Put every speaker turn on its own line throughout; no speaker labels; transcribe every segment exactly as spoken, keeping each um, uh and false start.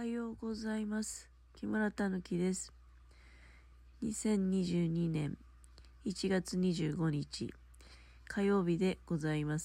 はようございます。木村たぬきです。にせんにじゅうにねんいちがつにじゅうごにち火曜日でございます。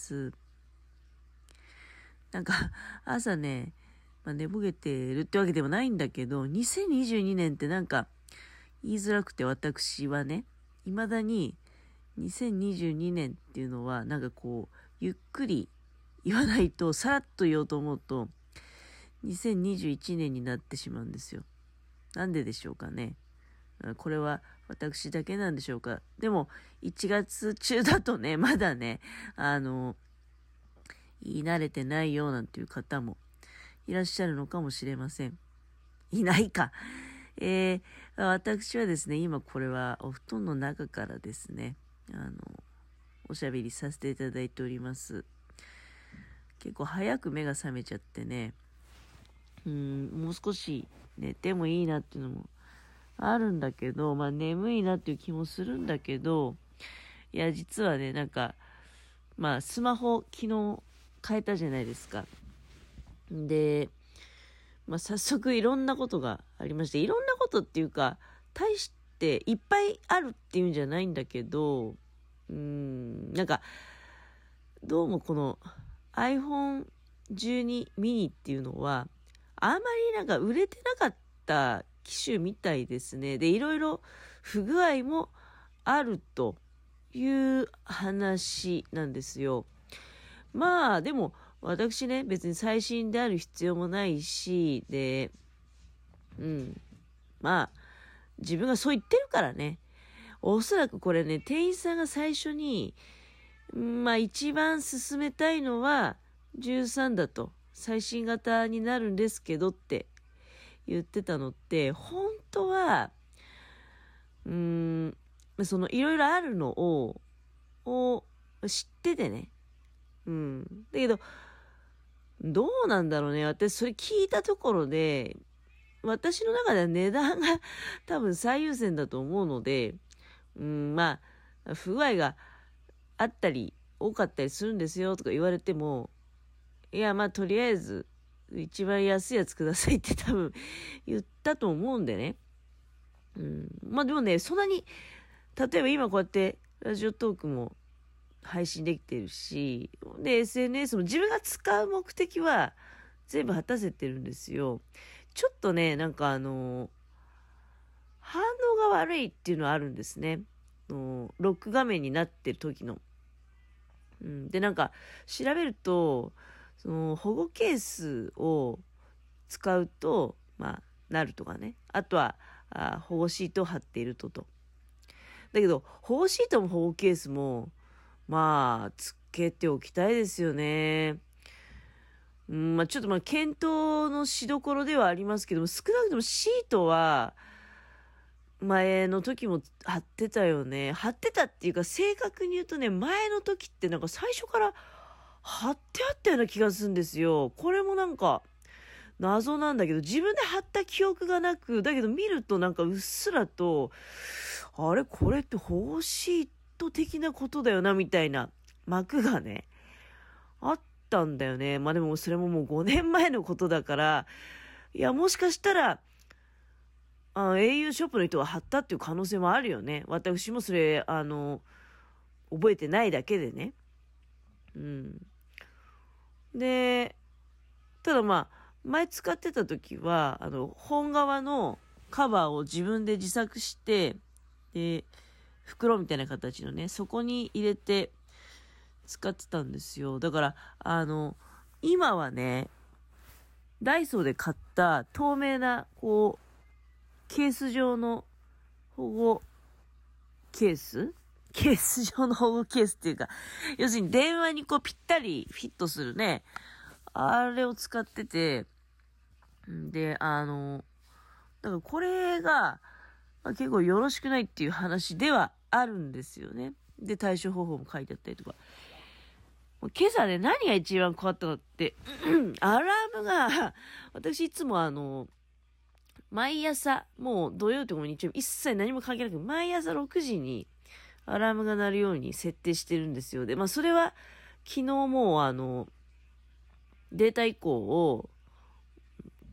なんか朝ね、まあ、寝ぼけてるってわけでもないんだけど、にせんにじゅうにねんってなんか言いづらくて、私はね、未だににせんにじゅうにねんっていうのはなんかこうゆっくり言わないと、さらっと言おうと思うとにせんにじゅういちねんになってしまうんですよ。なんででしょうかね。これは私だけなんでしょうか。でもいちがつ中だとね、まだね、あの言い慣れてないよなんていう方もいらっしゃるのかもしれません。いないか。えー、私はですね、今これはお布団の中からですね、あのおしゃべりさせていただいております。結構早く目が覚めちゃってね、うん、もう少し寝てもいいなっていうのもあるんだけど、まあ眠いなっていう気もするんだけど、いや実はね、なんかまあスマホ昨日変えたじゃないですか。で、まあ早速いろんなことがありまして、いろんなことっていうか大していっぱいあるっていうんじゃないんだけど、うーんなんかどうもこの アイフォンじゅうに ミニっていうのはあまりなんか売れてなかった機種みたいですね。で、いろいろ不具合もあるという話なんですよ。まあでも私ね、別に最新である必要もないし、で、うんまあ自分がそう言ってるからね、おそらくこれね、店員さんが最初にまあ一番進めたいのはじゅうさんだと、最新型になるんですけどって言ってたのって、本当はうーんそのいろいろあるのをを知っててね、うんだけどどうなんだろうね、私それ聞いたところで、私の中では値段が多分最優先だと思うので、うんまあ不具合があったり多かったりするんですよとか言われても、いやまあとりあえず一番安いやつくださいって多分言ったと思うんでね、うん、まあでもね、そんなに例えば今こうやってラジオトークも配信できてるし、で エスエヌエス も自分が使う目的は全部果たせてるんですよ。ちょっとね、なんかあの反応が悪いっていうのはあるんですね。のロック画面になってる時の、うん、でなんか調べると、その保護ケースを使うとまあなるとかね、あとはあ保護シートを貼っているとと。だけど保護シートも保護ケースもまあつけておきたいですよね。うんまあちょっとまあ検討のしどころではありますけども、少なくともシートは前の時も貼ってたよね。貼ってたっていうか、正確に言うとね、前の時ってなんか最初から貼ってあったような気がするんですよ。これもなんか謎なんだけど、自分で貼った記憶がなく、だけど見るとなんかうっすらと、あれこれって保護シート的なことだよなみたいな幕がねあったんだよね。まあでもそれももうごねんまえのことだから、いやもしかしたらあ au ショップの人が貼ったっていう可能性もあるよね。私もそれあの覚えてないだけでね。うんでただまあ前使ってた時はあの本革のカバーを自分で自作して、で袋みたいな形のね、そこに入れて使ってたんですよ。だからあの今はね、ダイソーで買った透明なこうケース状の保護ケースケース状の保護ケースっていうか、要するに電話にこうぴったりフィットするね、あれを使ってて、であのだからこれが結構よろしくないっていう話ではあるんですよね。で対処方法も書いてあったりとか、今朝ね何が一番変わったかってアラームが、私いつもあの毎朝、もう土曜とかも日曜日一切何も関係なく、毎朝ろくじにアラームが鳴るように設定してるんですよ。でまあそれは昨日もうあのデータ移行を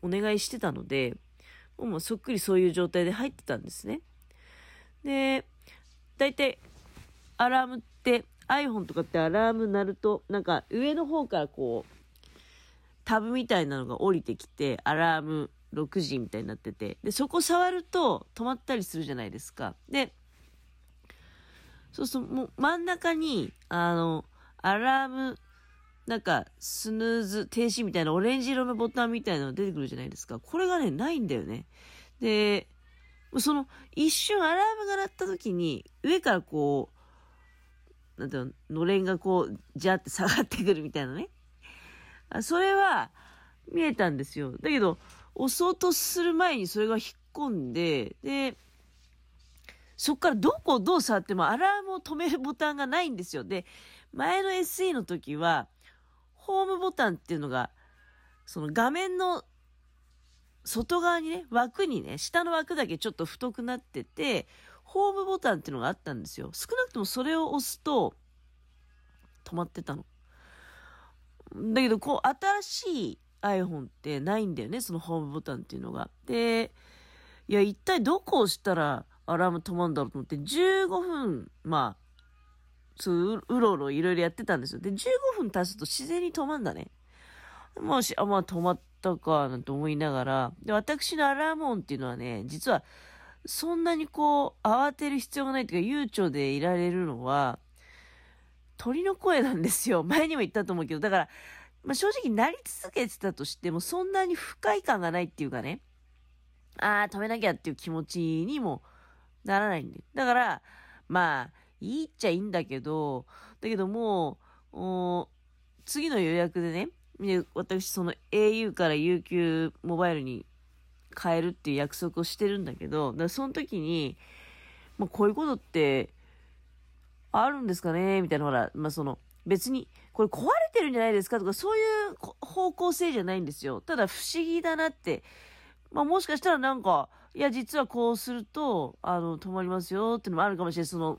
お願いしてたので、もうそっくりそういう状態で入ってたんですね。で、だいたいアラームって iPhone とかってアラーム鳴るとなんか上の方からこうタブみたいなのが降りてきてアラームろくじみたいになってて、でそこ触ると止まったりするじゃないですか。でそうするともう真ん中にあのアラームなんかスヌーズ停止みたいなオレンジ色のボタンみたいなのが出てくるじゃないですか。これがねないんだよね。でその一瞬アラームが鳴った時に上からこうなんていうの、のれんがこうジャーって下がってくるみたいなね、それは見えたんですよ。だけど押そうとする前にそれが引っ込んで、でそっからどこをどう触ってもアラームを止めるボタンがないんですよ。で前の エスイー の時はホームボタンっていうのがその画面の外側にね、枠にね、下の枠だけちょっと太くなってて、ホームボタンっていうのがあったんですよ。少なくともそれを押すと止まってたの。だけどこう新しい iPhone ってないんだよね、そのホームボタンっていうのが。でいや一体どこを押したらアラーム止まるんだろうと思ってじゅうごふんまあそううろうろいろいろやってたんですよ。でじゅうごふん経つと自然に止まるんだね。もうしあまあ止まったかなんて思いながら、で私のアラーム音っていうのはね、実はそんなにこう慌てる必要がないというか悠長でいられるのは鳥の声なんですよ。前にも言ったと思うけど、だから、まあ、正直なり続けてたとしてもそんなに不快感がないっていうかね、ああ止めなきゃっていう気持ちにもならないんで、だからまあいいっちゃいいんだけど、だけどもう次の予約でね、で私その エーユー から ユーキュー モバイルに変えるっていう約束をしてるんだけど、だからその時に、まあ、こういうことってあるんですかねみたいな、ほら、まあ、その別にこれ壊れてるんじゃないですかとかそういう方向性じゃないんですよ。ただ不思議だなって、まあ、もしかしたらなんかいや実はこうするとあの止まりますよっていうのもあるかもしれない。その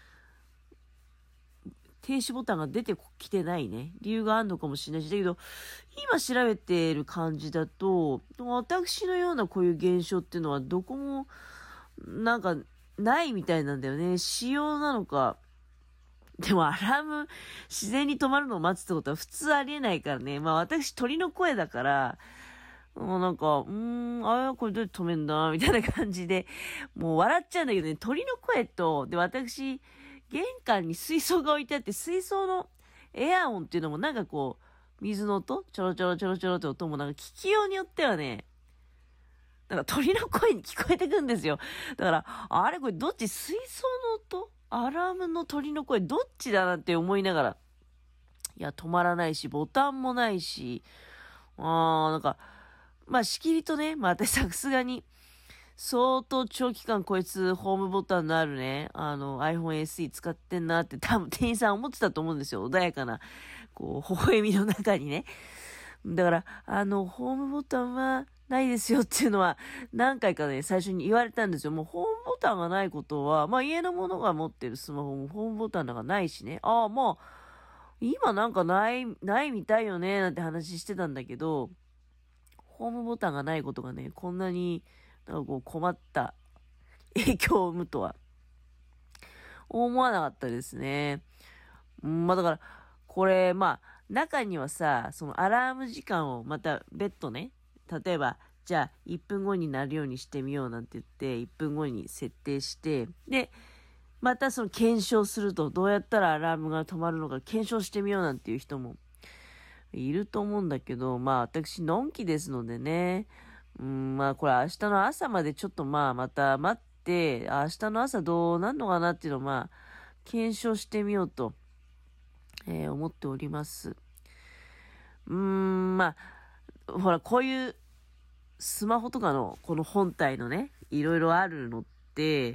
停止ボタンが出てきてないね理由があるのかもしれないし、だけど今調べている感じだと私のようなこういう現象っていうのはどこもなんかないみたいなんだよね。仕様なのか。でもアラーム自然に止まるのを待つってことは普通ありえないからね。まあ私鳥の声だからもうなんかうーんああこれどうやって止めんだみたいな感じでもう笑っちゃうんだけどね。鳥の声とで私玄関に水槽が置いてあって、水槽のエア音っていうのもなんかこう水の音ちょろちょろちょろちょろって音もなんか聞きようによってはね、なんか鳥の声に聞こえてくるんですよ。だからあれこれどっち、水槽の音アラームの鳥の声どっちだなって思いながら、いや止まらないしボタンもないし、あーなんかまあしきりとね、まあ私さすがに相当長期間こいつホームボタンのあるね、あの iPhone エスイー 使ってんなって多分店員さん思ってたと思うんですよ。穏やかな、こう、微笑みの中にね。だから、あの、ホームボタンはないですよっていうのは何回かね、最初に言われたんですよ。もうホームボタンがないことは、まあ家の者が持ってるスマホもホームボタンなんかないしね。ああ、まあ、今なんかない、ないみたいよね、なんて話してたんだけど、ホームボタンがないことがね、こんなに、なんかこう困った影響を生むとは思わなかったですね。うん、まあだからこれまあ中にはさ、そのアラーム時間をまた別途ね、例えばじゃあいっぷんごになるようにしてみようなんて言っていっぷんごに設定して、でまたその検証するとどうやったらアラームが止まるのか検証してみようなんていう人もいると思うんだけど、まあ私のんきですのでね、うん、まあこれ明日の朝までちょっとまあまた待って、明日の朝どうなんのかなっていうのをまあ検証してみようと、えー思っております。うーん、まあほらこういうスマホとかのこの本体のね、いろいろあるのって、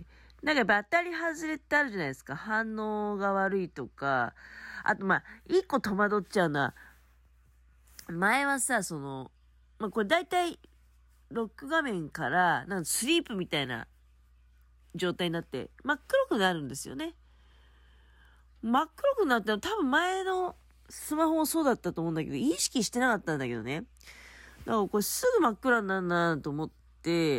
なんかバッテリー外れってあるじゃないですか。反応が悪いとか、あとまあ一個戸惑っちゃうのは、前はさ、そのまあこれ大体ロック画面からなんかスリープみたいな状態になって真っ黒くなるんですよね。真っ黒くなったの多分前のスマホもそうだったと思うんだけど、意識してなかったんだけどね。 だからこれすぐ真っ暗になるなと思って、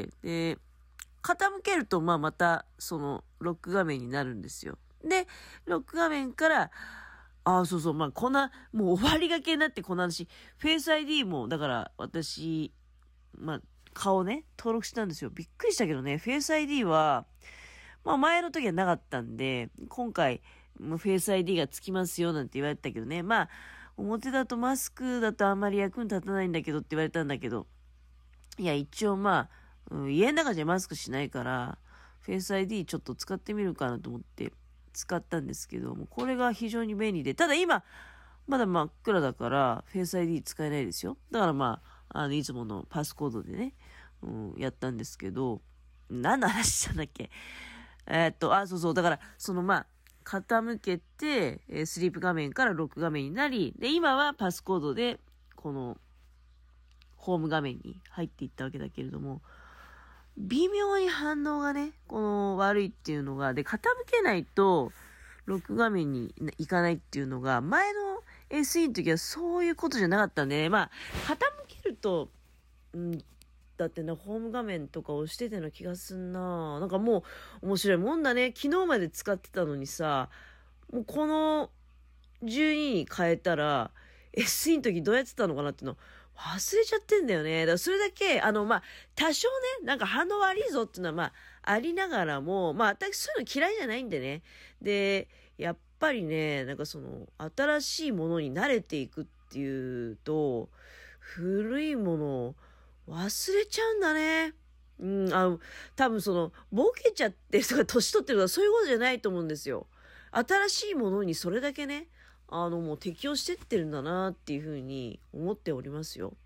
で、傾けると、まあまた、その、ロック画面になるんですよ。で、ロック画面から、ああ、そうそう、まあ、こんな、もう終わりがけになってこの話、フェイス アイディー も、だから私、まあ、顔ね、登録したんですよ。びっくりしたけどね、フェイス アイディー は、まあ前の時はなかったんで、今回、もうフェイス アイディー がつきますよなんて言われてたけどね、まあ、表だとマスクだとあんまり役に立たないんだけどって言われたんだけど、いや、一応まあ、うん、家の中じゃマスクしないから、フェイス アイディー ちょっと使ってみるかなと思って使ったんですけども、これが非常に便利で、ただ今、まだ真っ暗だから、フェイス アイディー 使えないですよ。だからまあ、あの、いつものパスコードでね、うん、やったんですけど、何の話したんだっけ。えーっと、あ、そうそう、だから、そのまあ、傾けて、えースリープ画面からロック画面になり、で、今はパスコードで、この、ホーム画面に入っていったわけだけれども、微妙に反応がね、この悪いっていうのが、で、傾けないと、ロック画面に行かないっていうのが、前の エスイー の時はそういうことじゃなかったんでね、まあ、傾けると、うん、だってな、ホーム画面とか押してての気がすんな。なんかもう、面白いもんだね。昨日まで使ってたのにさ、もうこのじゅうにに変えたら、エスイー の時どうやってたのかなっていうの忘れちゃってんだよね。だからそれだけ、あの、まあ、多少ね、なんか反応悪いぞっていうのは、まあ、ありながらも、まあ、私そういうの嫌いじゃないんでね。で、やっぱりね、なんかその、新しいものに慣れていくっていうと、古いものを忘れちゃうんだね。うん、あの、多分その、ボケちゃってるとか、年取ってるとか、そういうことじゃないと思うんですよ。新しいものにそれだけね、あの、もう適応してってるんだなっていうふうに思っておりますよ。